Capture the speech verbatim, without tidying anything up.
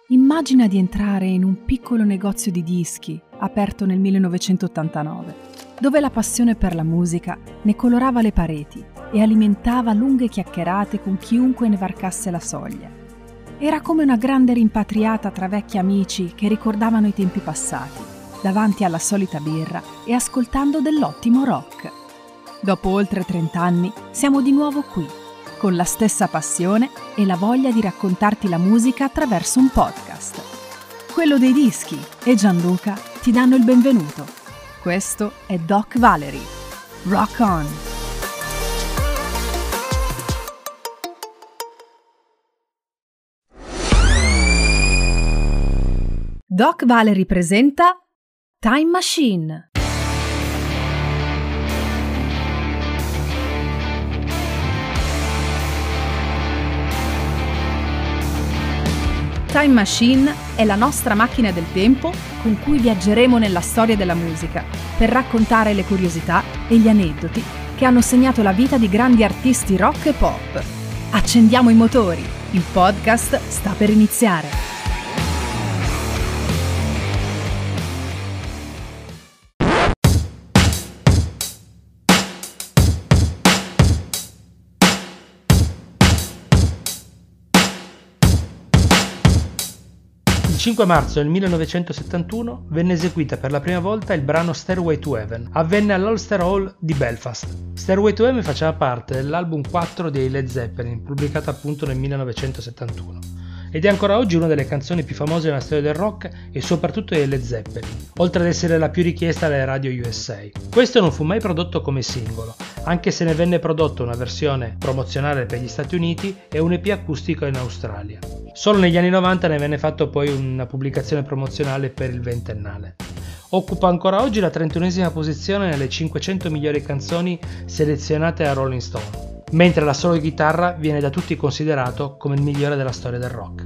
Immagina di entrare in un piccolo negozio di dischi aperto nel millenovecentottantanove, dove la passione per la musica ne colorava le pareti e alimentava lunghe chiacchierate con chiunque ne varcasse la soglia. Era come una grande rimpatriata tra vecchi amici che ricordavano i tempi passati, davanti alla solita birra e ascoltando dell'ottimo rock. Dopo oltre trent'anni siamo di nuovo qui, con la stessa passione e la voglia di raccontarti la musica attraverso un podcast. Quello dei dischi e Gianluca ti danno il benvenuto. Questo è Doc Valery. Rock on! Doc Valery presenta Time Machine. Time Machine è la nostra macchina del tempo con cui viaggeremo nella storia della musica per raccontare le curiosità e gli aneddoti che hanno segnato la vita di grandi artisti rock e pop. Accendiamo i motori, il podcast sta per iniziare. Il cinque marzo del millenovecentosettantuno venne eseguita per la prima volta il brano Stairway to Heaven. Avvenne all'Ulster Hall di Belfast. Stairway to Heaven faceva parte dell'album quattro dei Led Zeppelin, pubblicato appunto nel millenovecentosettantuno. Ed è ancora oggi una delle canzoni più famose nella storia del rock e soprattutto dei Led Zeppelin, oltre ad essere la più richiesta dalle radio U S A. Questo non fu mai prodotto come singolo, anche se ne venne prodotta una versione promozionale per gli Stati Uniti e un E P acustico in Australia. Solo negli anni novanta ne venne fatto poi una pubblicazione promozionale per il ventennale. Occupa ancora oggi la trentunesima posizione nelle cinquecento migliori canzoni selezionate da Rolling Stone, mentre l'assolo di chitarra viene da tutti considerato come il migliore della storia del rock.